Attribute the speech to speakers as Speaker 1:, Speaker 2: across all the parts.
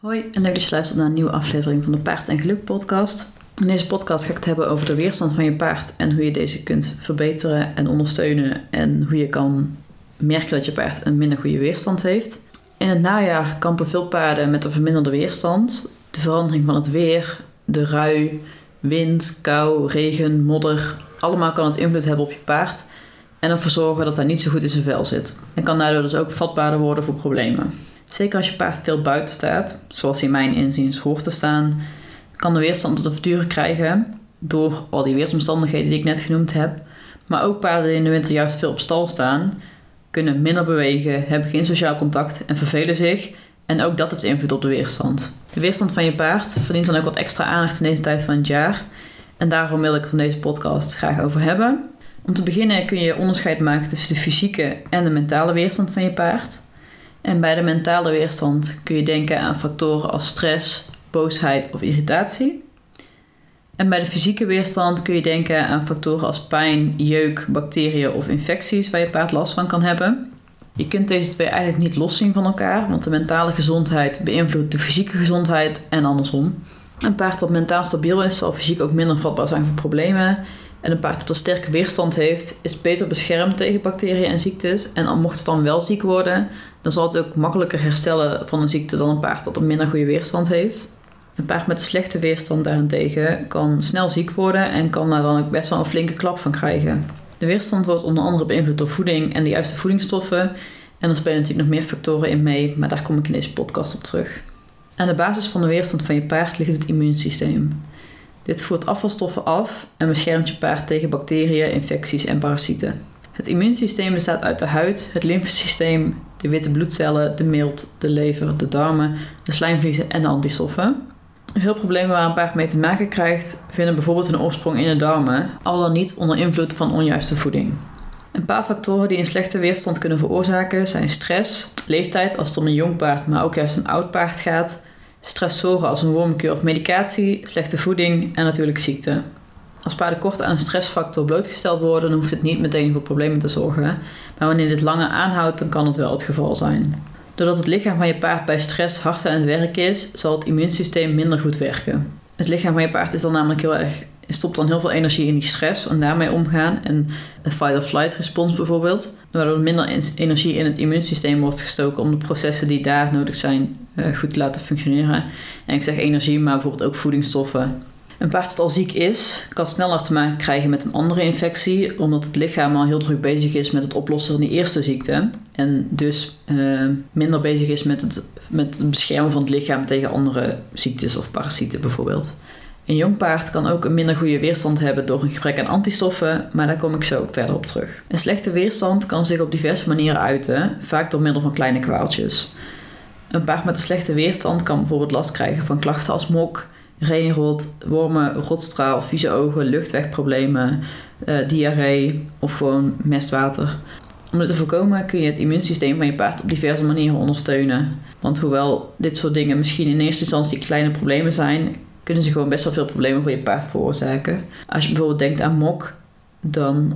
Speaker 1: Hoi en leuk dat je luistert naar een nieuwe aflevering van de Paard en Geluk podcast. In deze podcast ga ik het hebben over de weerstand van je paard en hoe je deze kunt verbeteren en ondersteunen en hoe je kan merken dat je paard een minder goede weerstand heeft. In het najaar kampen veel paarden met een verminderde weerstand. De verandering van het weer, de rui, wind, kou, regen, modder, allemaal kan het invloed hebben op je paard en ervoor zorgen dat hij niet zo goed in zijn vel zit. En kan daardoor dus ook vatbaarder worden voor problemen. Zeker als je paard veel buiten staat, zoals hij in mijn inziens hoort te staan, kan de weerstand te verduren krijgen door al die weersomstandigheden die ik net genoemd heb. Maar ook paarden die in de winter juist veel op stal staan, kunnen minder bewegen, hebben geen sociaal contact en vervelen zich. En ook dat heeft invloed op de weerstand. De weerstand van je paard verdient dan ook wat extra aandacht in deze tijd van het jaar. En daarom wil ik het in deze podcast graag over hebben. Om te beginnen kun je onderscheid maken tussen de fysieke en de mentale weerstand van je paard. En bij de mentale weerstand kun je denken aan factoren als stress, boosheid of irritatie. En bij de fysieke weerstand kun je denken aan factoren als pijn, jeuk, bacteriën of infecties waar je paard last van kan hebben. Je kunt deze twee eigenlijk niet loszien van elkaar, want de mentale gezondheid beïnvloedt de fysieke gezondheid en andersom. Een paard dat mentaal stabiel is, zal fysiek ook minder vatbaar zijn voor problemen. En een paard dat een sterke weerstand heeft, is beter beschermd tegen bacteriën en ziektes. En mocht het dan wel ziek worden, dan zal het ook makkelijker herstellen van een ziekte dan een paard dat een minder goede weerstand heeft. Een paard met een slechte weerstand daarentegen kan snel ziek worden en kan daar dan ook best wel een flinke klap van krijgen. De weerstand wordt onder andere beïnvloed door voeding en de juiste voedingsstoffen. En er spelen natuurlijk nog meer factoren in mee, maar daar kom ik in deze podcast op terug. Aan de basis van de weerstand van je paard ligt het immuunsysteem. Dit voert afvalstoffen af en beschermt je paard tegen bacteriën, infecties en parasieten. Het immuunsysteem bestaat uit de huid, het lymfesysteem, de witte bloedcellen, de milt, de lever, de darmen, de slijmvliezen en de antistoffen. Veel problemen waar een paard mee te maken krijgt vinden bijvoorbeeld een oorsprong in de darmen, al dan niet onder invloed van onjuiste voeding. Een paar factoren die een slechte weerstand kunnen veroorzaken zijn stress, leeftijd als het om een jong paard maar ook juist een oud paard gaat, stressoren als een wormkuur of medicatie, slechte voeding en natuurlijk ziekte. Als paarden kort aan een stressfactor blootgesteld worden, dan hoeft het niet meteen voor problemen te zorgen. Maar wanneer dit langer aanhoudt, dan kan het wel het geval zijn. Doordat het lichaam van je paard bij stress hard aan het werk is, zal het immuunsysteem minder goed werken. Het lichaam van je paard is dan namelijk stopt dan heel veel energie in die stress en daarmee omgaan. En de fight-or-flight respons bijvoorbeeld. Waardoor er minder energie in het immuunsysteem wordt gestoken om de processen die daar nodig zijn goed te laten functioneren. En ik zeg energie, maar bijvoorbeeld ook voedingsstoffen. Een paard dat al ziek is, kan sneller te maken krijgen met een andere infectie, omdat het lichaam al heel druk bezig is met het oplossen van die eerste ziekte. En dus minder bezig is met het beschermen van het lichaam tegen andere ziektes of parasieten bijvoorbeeld. Een jong paard kan ook een minder goede weerstand hebben door een gebrek aan antistoffen, maar daar kom ik zo ook verder op terug. Een slechte weerstand kan zich op diverse manieren uiten, vaak door middel van kleine kwaaltjes. Een paard met een slechte weerstand kan bijvoorbeeld last krijgen van klachten als mok, regenrot, wormen, rotstraal, vieze ogen, luchtwegproblemen, diarree of gewoon mestwater. Om dit te voorkomen kun je het immuunsysteem van je paard op diverse manieren ondersteunen. Want hoewel dit soort dingen misschien in eerste instantie kleine problemen zijn, kunnen ze gewoon best wel veel problemen voor je paard veroorzaken. Als je bijvoorbeeld denkt aan mok, dan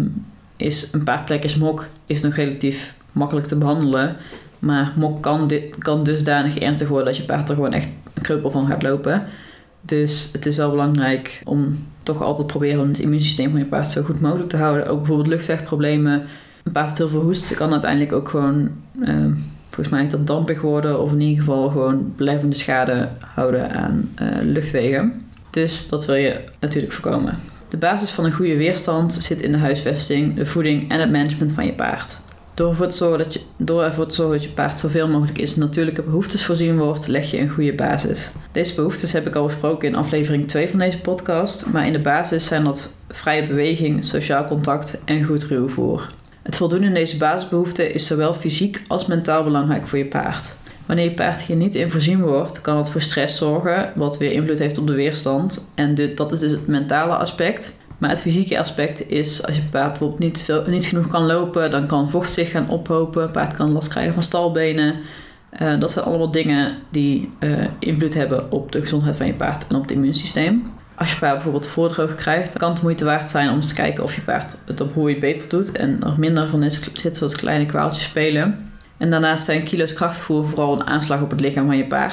Speaker 1: is een paar plekjes mok nog relatief makkelijk te behandelen. Maar mok kan dusdanig ernstig worden dat je paard er gewoon echt een kreupel van gaat lopen. Dus het is wel belangrijk om toch altijd proberen om het immuunsysteem van je paard zo goed mogelijk te houden. Ook bijvoorbeeld luchtwegproblemen. Een paard dat heel veel hoest kan uiteindelijk ook gewoon, volgens mij heet dat dampig worden. Of in ieder geval gewoon blijvende schade houden aan luchtwegen. Dus dat wil je natuurlijk voorkomen. De basis van een goede weerstand zit in de huisvesting, de voeding en het management van je paard. Door ervoor te zorgen dat je paard zoveel mogelijk in zijn natuurlijke behoeftes voorzien wordt, leg je een goede basis. Deze behoeftes heb ik al besproken in aflevering 2 van deze podcast, maar in de basis zijn dat vrije beweging, sociaal contact en goed ruwvoer. Het voldoen in deze basisbehoeften is zowel fysiek als mentaal belangrijk voor je paard. Wanneer je paard hier niet in voorzien wordt, kan het voor stress zorgen, wat weer invloed heeft op de weerstand. En dat is dus het mentale aspect. Maar het fysieke aspect is, als je paard bijvoorbeeld niet genoeg kan lopen, dan kan vocht zich gaan ophopen. Het paard kan last krijgen van stalbenen. Dat zijn allemaal dingen die invloed hebben op de gezondheid van je paard en op het immuunsysteem. Als je paard bijvoorbeeld voordroog krijgt, kan het moeite waard zijn om eens te kijken of je paard het op hoe je het beter doet. En er minder van zit zoals kleine kwaaltjes spelen. En daarnaast zijn kilo's krachtvoer vooral een aanslag op het lichaam van je paard.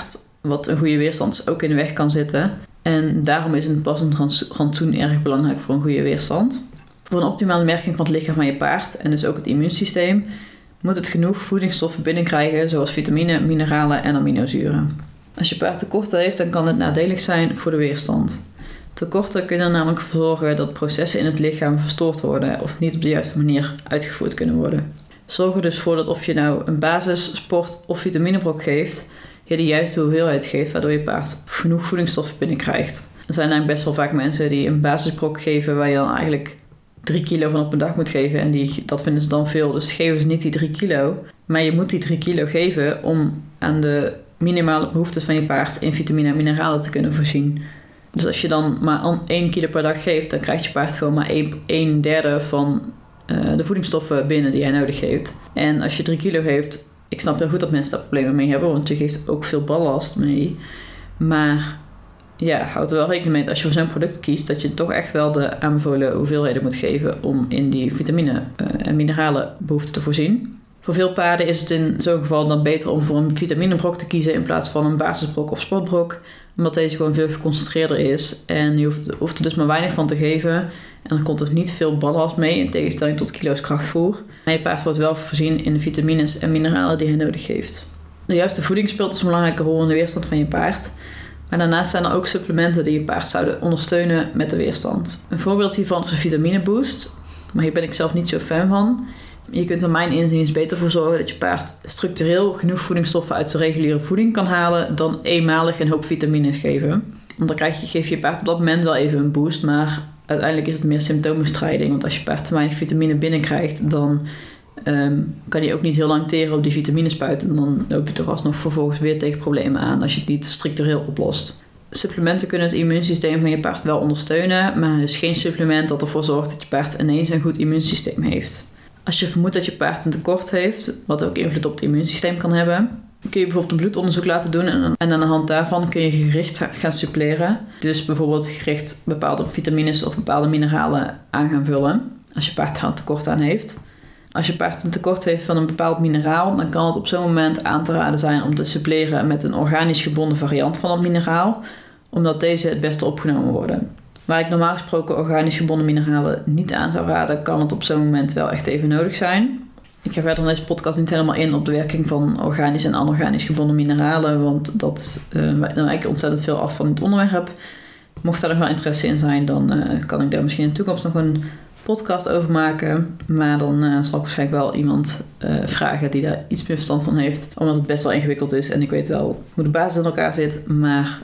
Speaker 1: wat een goede weerstand ook in de weg kan zitten. En daarom is een passend rantsoen erg belangrijk voor een goede weerstand. Voor een optimale werking van het lichaam van je paard en dus ook het immuunsysteem moet het genoeg voedingsstoffen binnenkrijgen zoals vitamine, mineralen en aminozuren. Als je paard tekorten heeft, dan kan het nadelig zijn voor de weerstand. Tekorten kunnen er namelijk voor zorgen dat processen in het lichaam verstoord worden of niet op de juiste manier uitgevoerd kunnen worden. Zorg er dus voor dat of je nou een basis, sport of vitaminebrok geeft, je de juiste hoeveelheid geeft waardoor je paard genoeg voedingsstoffen binnenkrijgt. Er zijn eigenlijk best wel vaak mensen die een basisbrok geven waar je dan eigenlijk 3 kilo van op een dag moet geven en dat vinden ze dan veel. Dus geven ze niet die 3 kilo, maar je moet die 3 kilo geven om aan de minimale behoeftes van je paard in vitamine en mineralen te kunnen voorzien. Dus als je dan maar 1 kilo per dag geeft, dan krijgt je paard gewoon maar 1/3 van de voedingsstoffen binnen die hij nodig heeft. En als je 3 kilo geeft, ik snap heel goed dat mensen daar problemen mee hebben, want je geeft ook veel ballast mee. Maar ja, houd er wel rekening mee dat als je voor zo'n product kiest, dat je toch echt wel de aanbevolen hoeveelheden moet geven om in die vitamine en mineralen behoeften te voorzien. Voor veel paarden is het in zo'n geval dan beter om voor een vitaminebrok te kiezen in plaats van een basisbrok of sportbrok, omdat deze gewoon veel geconcentreerder is en je hoeft er dus maar weinig van te geven en er komt dus niet veel ballast mee in tegenstelling tot kilo's krachtvoer. Maar je paard wordt wel voorzien in de vitamines en mineralen die hij nodig heeft. De juiste voeding speelt dus een belangrijke rol in de weerstand van je paard. Maar daarnaast zijn er ook supplementen die je paard zouden ondersteunen met de weerstand. Een voorbeeld hiervan is een vitamineboost, maar hier ben ik zelf niet zo fan van. Je kunt er mijn inziens beter voor zorgen dat je paard structureel genoeg voedingsstoffen uit zijn reguliere voeding kan halen dan eenmalig een hoop vitamines geven. Want dan geef je je paard op dat moment wel even een boost, maar uiteindelijk is het meer symptoombestrijding. Want als je paard te weinig vitamine binnenkrijgt, dan kan hij ook niet heel lang teren op die vitaminespuit. En dan loop je toch alsnog vervolgens weer tegen problemen aan als je het niet structureel oplost. Supplementen kunnen het immuunsysteem van je paard wel ondersteunen, maar het is geen supplement dat ervoor zorgt dat je paard ineens een goed immuunsysteem heeft. Als je vermoedt dat je paard een tekort heeft, wat ook invloed op het immuunsysteem kan hebben, kun je bijvoorbeeld een bloedonderzoek laten doen en aan de hand daarvan kun je gericht gaan suppleren. Dus bijvoorbeeld gericht bepaalde vitamines of bepaalde mineralen aan gaan vullen, als je paard daar een tekort aan heeft. Als je paard een tekort heeft van een bepaald mineraal, dan kan het op zo'n moment aan te raden zijn om te suppleren met een organisch gebonden variant van dat mineraal, omdat deze het beste opgenomen worden. Waar ik normaal gesproken organisch gebonden mineralen niet aan zou raden, kan het op zo'n moment wel echt even nodig zijn. Ik ga verder in deze podcast niet helemaal in op de werking van organisch en anorganisch gebonden mineralen, want dat wijkt ontzettend veel af van het onderwerp. Mocht daar nog wel interesse in zijn, dan kan ik daar misschien in de toekomst nog een podcast over maken. Maar dan zal ik waarschijnlijk wel iemand vragen die daar iets meer verstand van heeft, omdat het best wel ingewikkeld is en ik weet wel hoe de basis in elkaar zit, maar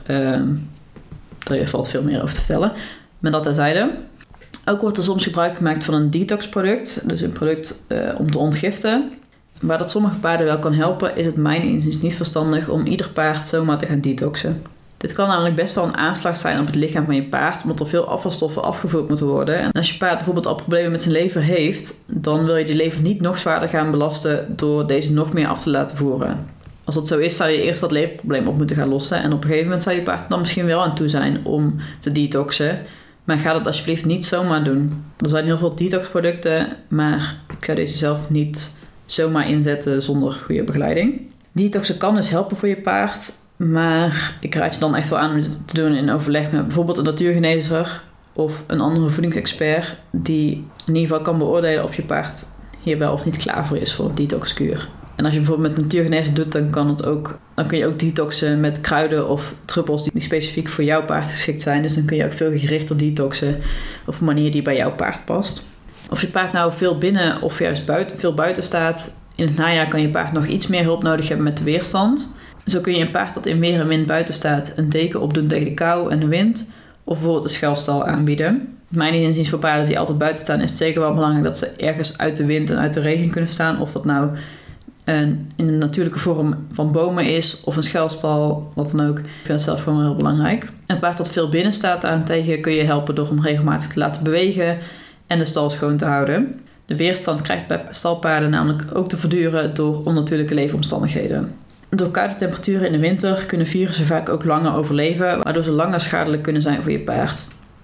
Speaker 1: er valt veel meer over te vertellen. Met dat terzijde. Ook wordt er soms gebruik gemaakt van een detox-product. Dus een product om te ontgiften. Waar dat sommige paarden wel kan helpen, is het mijn inziens niet verstandig om ieder paard zomaar te gaan detoxen. Dit kan namelijk best wel een aanslag zijn op het lichaam van je paard, omdat er veel afvalstoffen afgevoerd moeten worden. En als je paard bijvoorbeeld al problemen met zijn lever heeft, dan wil je die lever niet nog zwaarder gaan belasten door deze nog meer af te laten voeren. Als dat zo is, zou je eerst dat leverprobleem op moeten gaan lossen. En op een gegeven moment zou je paard er dan misschien wel aan toe zijn om te detoxen. Maar ga dat alsjeblieft niet zomaar doen. Er zijn heel veel detoxproducten, maar ik ga deze zelf niet zomaar inzetten zonder goede begeleiding. Detoxen kan dus helpen voor je paard, maar ik raad je dan echt wel aan om dit te doen in overleg met bijvoorbeeld een natuurgenezer of een andere voedingsexpert die in ieder geval kan beoordelen of je paard hier wel of niet klaar voor is voor een detoxkuur. En als je bijvoorbeeld met natuurgenezen doet, dan kun je ook detoxen met kruiden of druppels die specifiek voor jouw paard geschikt zijn. Dus dan kun je ook veel gerichter detoxen op een manier die bij jouw paard past. Of je paard nou veel binnen of juist veel buiten staat, in het najaar kan je paard nog iets meer hulp nodig hebben met de weerstand. Zo kun je een paard dat in weer en wind buiten staat een deken opdoen tegen de kou en de wind, of bijvoorbeeld een schuilstal aanbieden. Mijn inziens voor paarden die altijd buiten staan is het zeker wel belangrijk dat ze ergens uit de wind en uit de regen kunnen staan. Of dat nou in de natuurlijke vorm van bomen is of een schuilstal, wat dan ook. Ik vind het zelf gewoon heel belangrijk. Een paard dat veel binnen staat daarentegen kun je helpen door hem regelmatig te laten bewegen en de stal schoon te houden. De weerstand krijgt bij stalpaarden namelijk ook te verduren door onnatuurlijke leefomstandigheden. Door koude temperaturen in de winter kunnen virussen vaak ook langer overleven, waardoor ze langer schadelijk kunnen zijn voor je paard.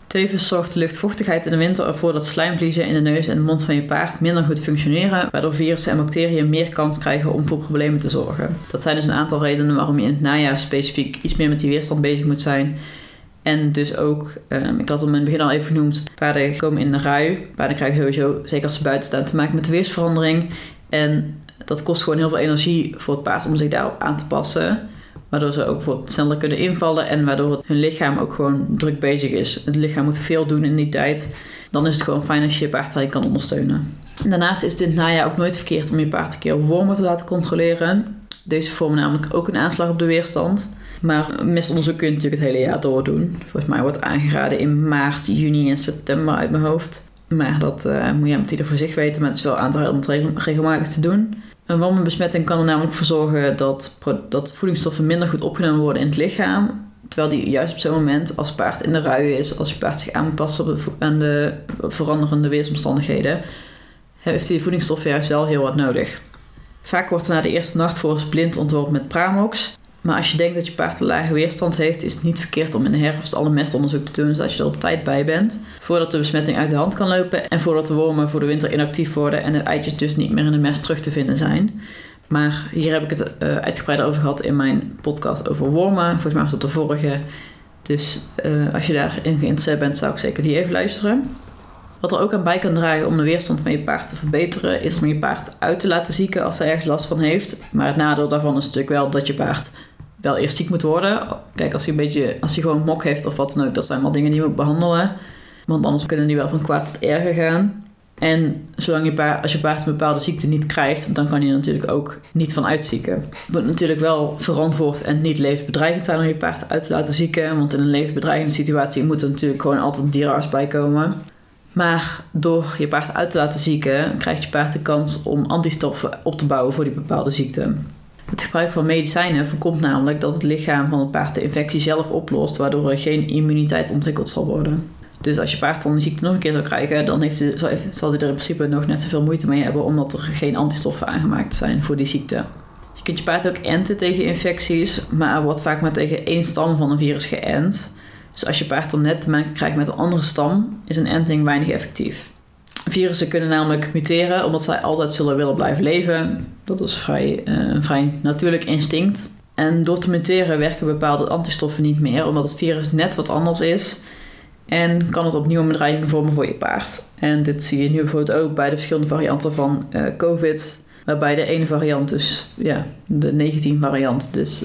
Speaker 1: Tevens zorgt de luchtvochtigheid in de winter ervoor dat slijmvliezen in de neus en de mond van je paard minder goed functioneren, waardoor virussen en bacteriën meer kans krijgen om voor problemen te zorgen. Dat zijn dus een aantal redenen waarom je in het najaar specifiek iets meer met die weerstand bezig moet zijn. En dus ook, ik had het in het begin al even genoemd, paarden komen in een rui. Paarden krijgen sowieso, zeker als ze buiten staan, te maken met de weersverandering. En dat kost gewoon heel veel energie voor het paard om zich daarop aan te passen. Waardoor ze ook bijvoorbeeld sneller kunnen invallen en waardoor hun lichaam ook gewoon druk bezig is. Het lichaam moet veel doen in die tijd. Dan is het gewoon fijn als je je paard daarin kan ondersteunen. Daarnaast is het in het najaar ook nooit verkeerd om je paard een keer op wormen te laten controleren. Deze vormen namelijk ook een aanslag op de weerstand. Maar mestonderzoek kun je natuurlijk het hele jaar door doen. Volgens mij wordt aangeraden in maart, juni en september uit mijn hoofd. Maar dat moet ieder voor zich weten, maar het is wel aan te raden om het regelmatig te doen. Een wormenbesmetting kan er namelijk voor zorgen dat voedingsstoffen minder goed opgenomen worden in het lichaam. Terwijl die juist op zo'n moment, als het paard in de rui is, als je paard zich aan moet passen aan de veranderende weersomstandigheden, heeft die voedingsstoffen juist wel heel wat nodig. Vaak wordt er na de eerste nacht voor blind ontworpen met Pramox. Maar als je denkt dat je paard een lage weerstand heeft, is het niet verkeerd om in de herfst alle mestonderzoek te doen, zodat je er op tijd bij bent. Voordat de besmetting uit de hand kan lopen en voordat de wormen voor de winter inactief worden en de eitjes dus niet meer in de mest terug te vinden zijn. Maar hier heb ik het uitgebreider over gehad in mijn podcast over wormen. Volgens mij was dat de vorige. Dus als je daarin geïnteresseerd bent, zou ik zeker die even luisteren. Wat er ook aan bij kan dragen om de weerstand van je paard te verbeteren, is om je paard uit te laten zieken als hij ergens last van heeft. Maar het nadeel daarvan is natuurlijk wel dat je paard wel eerst ziek moet worden. Kijk, als hij gewoon mok heeft of wat dan ook, dat zijn wel dingen die je moet behandelen. Want anders kunnen die wel van kwaad tot erger gaan. En als je paard een bepaalde ziekte niet krijgt, dan kan hij natuurlijk ook niet van uitzieken. Het moet natuurlijk wel verantwoord en niet levensbedreigend zijn om je paard uit te laten zieken. Want in een levensbedreigende situatie moet er natuurlijk gewoon altijd een dierenarts bij komen. Maar door je paard uit te laten zieken, krijgt je paard de kans om antistoffen op te bouwen voor die bepaalde ziekte. Het gebruik van medicijnen voorkomt namelijk dat het lichaam van het paard de infectie zelf oplost, waardoor er geen immuniteit ontwikkeld zal worden. Dus als je paard dan de ziekte nog een keer zou krijgen, dan zal hij er in principe nog net zoveel moeite mee hebben, omdat er geen antistoffen aangemaakt zijn voor die ziekte. Je kunt je paard ook enten tegen infecties, maar er wordt vaak maar tegen één stam van een virus geënt. Dus als je paard dan net te maken krijgt met een andere stam, is een enting weinig effectief. Virussen kunnen namelijk muteren omdat zij altijd zullen willen blijven leven. Dat is een vrij natuurlijk instinct. En door te muteren werken bepaalde antistoffen niet meer, omdat het virus net wat anders is. En kan het opnieuw een bedreiging vormen voor je paard. En dit zie je nu bijvoorbeeld ook bij de verschillende varianten van COVID. Waarbij de ene variant dus, de 19 variant, dus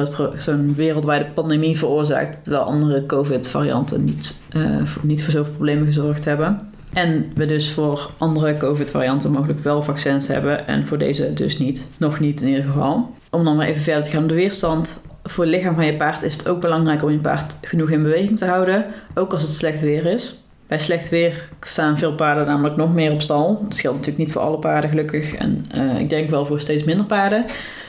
Speaker 1: zo'n wereldwijde pandemie veroorzaakt. Terwijl andere COVID-varianten niet voor zoveel problemen gezorgd hebben. En we dus voor andere COVID-varianten mogelijk wel vaccins hebben. En voor deze dus niet. Nog niet in ieder geval. Om dan maar even verder te gaan op de weerstand. Voor het lichaam van je paard is het ook belangrijk om je paard genoeg in beweging te houden. Ook als het slecht weer is. Bij slecht weer staan veel paarden namelijk nog meer op stal. Dat geldt natuurlijk niet voor alle paarden gelukkig. En ik denk wel voor steeds minder paarden.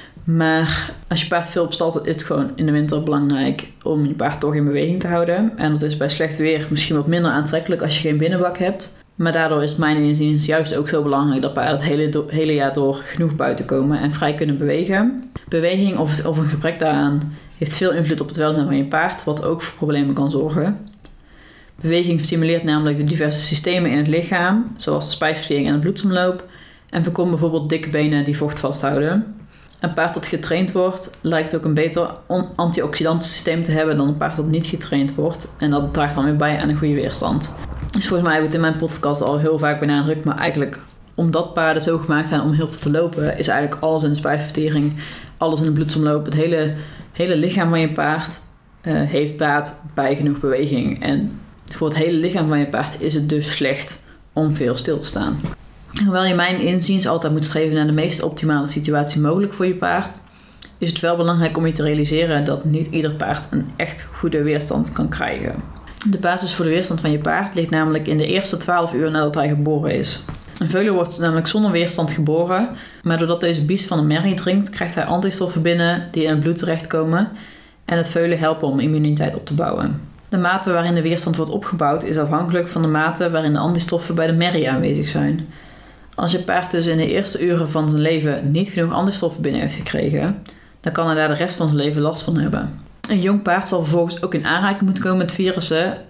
Speaker 1: Maar als je paard veel op stal staat, is het gewoon in de winter belangrijk om je paard toch in beweging te houden. En dat is bij slecht weer misschien wat minder aantrekkelijk als je geen binnenbak hebt. Maar daardoor is het mijn inziens juist ook zo belangrijk dat paarden het hele jaar door genoeg buiten komen en vrij kunnen bewegen. Beweging of een gebrek daaraan heeft veel invloed op het welzijn van je paard, wat ook voor problemen kan zorgen. Beweging stimuleert namelijk de diverse systemen in het lichaam, zoals de spijsvertering en de bloedsomloop, en voorkomt bijvoorbeeld dikke benen die vocht vasthouden. Een paard dat getraind wordt lijkt ook een beter antioxidantensysteem te hebben dan een paard dat niet getraind wordt. En dat draagt dan weer bij aan een goede weerstand. Dus volgens mij heb ik het in mijn podcast al heel vaak benadrukt, maar eigenlijk omdat paarden zo gemaakt zijn om heel veel te lopen, is eigenlijk alles in de spijsvertering, alles in de bloedsomloop, het hele lichaam van je paard heeft baat bij genoeg beweging. En voor het hele lichaam van je paard is het dus slecht om veel stil te staan. Hoewel je mijn inziens altijd moet streven naar de meest optimale situatie mogelijk voor je paard, is het wel belangrijk om je te realiseren dat niet ieder paard een echt goede weerstand kan krijgen. De basis voor de weerstand van je paard ligt namelijk in de eerste 12 uur nadat hij geboren is. Een veulen wordt namelijk zonder weerstand geboren, maar doordat deze biest van de merrie drinkt, krijgt hij antistoffen binnen die in het bloed terechtkomen en het veulen helpen om immuniteit op te bouwen. De mate waarin de weerstand wordt opgebouwd is afhankelijk van de mate waarin de antistoffen bij de merrie aanwezig zijn. Als je paard dus in de eerste uren van zijn leven niet genoeg antistoffen binnen heeft gekregen, dan kan hij daar de rest van zijn leven last van hebben. Een jong paard zal vervolgens ook in aanraking moeten komen met virussen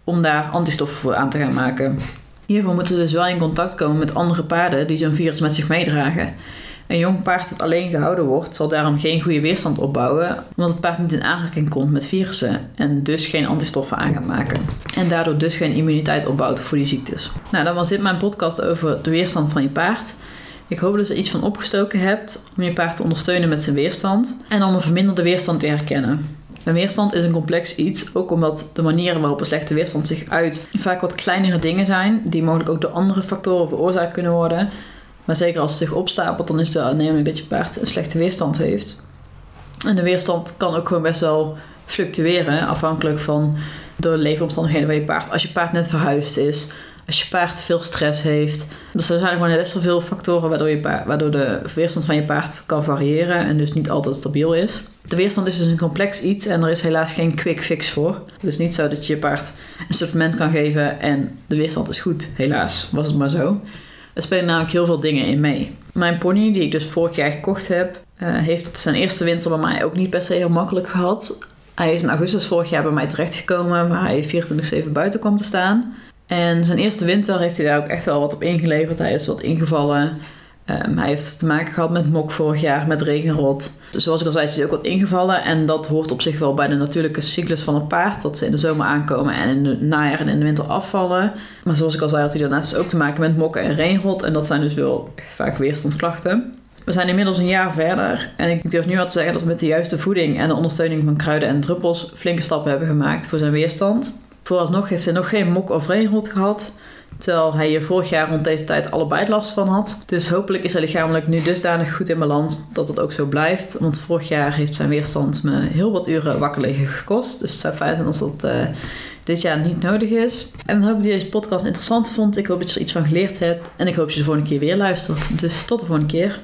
Speaker 1: om daar antistoffen voor aan te gaan maken. Hiervoor moeten ze dus wel in contact komen met andere paarden die zo'n virus met zich meedragen. Een jong paard dat alleen gehouden wordt, zal daarom geen goede weerstand opbouwen, omdat het paard niet in aanraking komt met virussen en dus geen antistoffen aan gaat maken. En daardoor dus geen immuniteit opbouwt voor die ziektes. Nou, dan was dit mijn podcast over de weerstand van je paard. Ik hoop dat je er iets van opgestoken hebt om je paard te ondersteunen met zijn weerstand en om een verminderde weerstand te herkennen. Een weerstand is een complex iets, ook omdat de manieren waarop een slechte weerstand zich uit vaak wat kleinere dingen zijn, die mogelijk ook door andere factoren veroorzaakt kunnen worden. Maar zeker als het zich opstapelt, dan is het aannemelijk dat je paard een slechte weerstand heeft. En de weerstand kan ook gewoon best wel fluctueren, afhankelijk van de leefomstandigheden van je paard. Als je paard net verhuisd is, als je paard veel stress heeft. Dus er zijn gewoon best wel veel factoren waardoor de weerstand van je paard kan variëren en dus niet altijd stabiel is. De weerstand is dus een complex iets en er is helaas geen quick fix voor. Het is niet zo dat je paard een supplement kan geven en de weerstand is goed. Helaas, was het maar zo. Er spelen namelijk heel veel dingen in mee. Mijn pony, die ik dus vorig jaar gekocht heb, heeft zijn eerste winter bij mij ook niet per se heel makkelijk gehad. Hij is in augustus vorig jaar bij mij terechtgekomen, waar hij 24/7 buiten kwam te staan. En zijn eerste winter heeft hij daar ook echt wel wat op ingeleverd. Hij is wat ingevallen. Hij heeft te maken gehad met mok vorig jaar, met regenrot. Dus zoals ik al zei, is hij ook wat ingevallen. En dat hoort op zich wel bij de natuurlijke cyclus van een paard. Dat ze in de zomer aankomen en in het najaar en in de winter afvallen. Maar zoals ik al zei, had hij daarnaast ook te maken met mokken en regenrot. En dat zijn dus wel echt vaak weerstandsklachten. We zijn inmiddels een jaar verder. En ik durf nu al te zeggen dat we met de juiste voeding en de ondersteuning van kruiden en druppels flinke stappen hebben gemaakt voor zijn weerstand. Vooralsnog heeft hij nog geen mok of regenrot gehad. Terwijl hij hier vorig jaar rond deze tijd allebei last van had. Dus hopelijk is hij lichamelijk nu dusdanig goed in balans dat het ook zo blijft. Want vorig jaar heeft zijn weerstand me heel wat uren wakker liggen gekost. Dus het zou fijn zijn als dat dit jaar niet nodig is. En dan hoop ik dat je deze podcast interessant vond. Ik hoop dat je er iets van geleerd hebt. En ik hoop dat je de volgende keer weer luistert. Dus tot de volgende keer.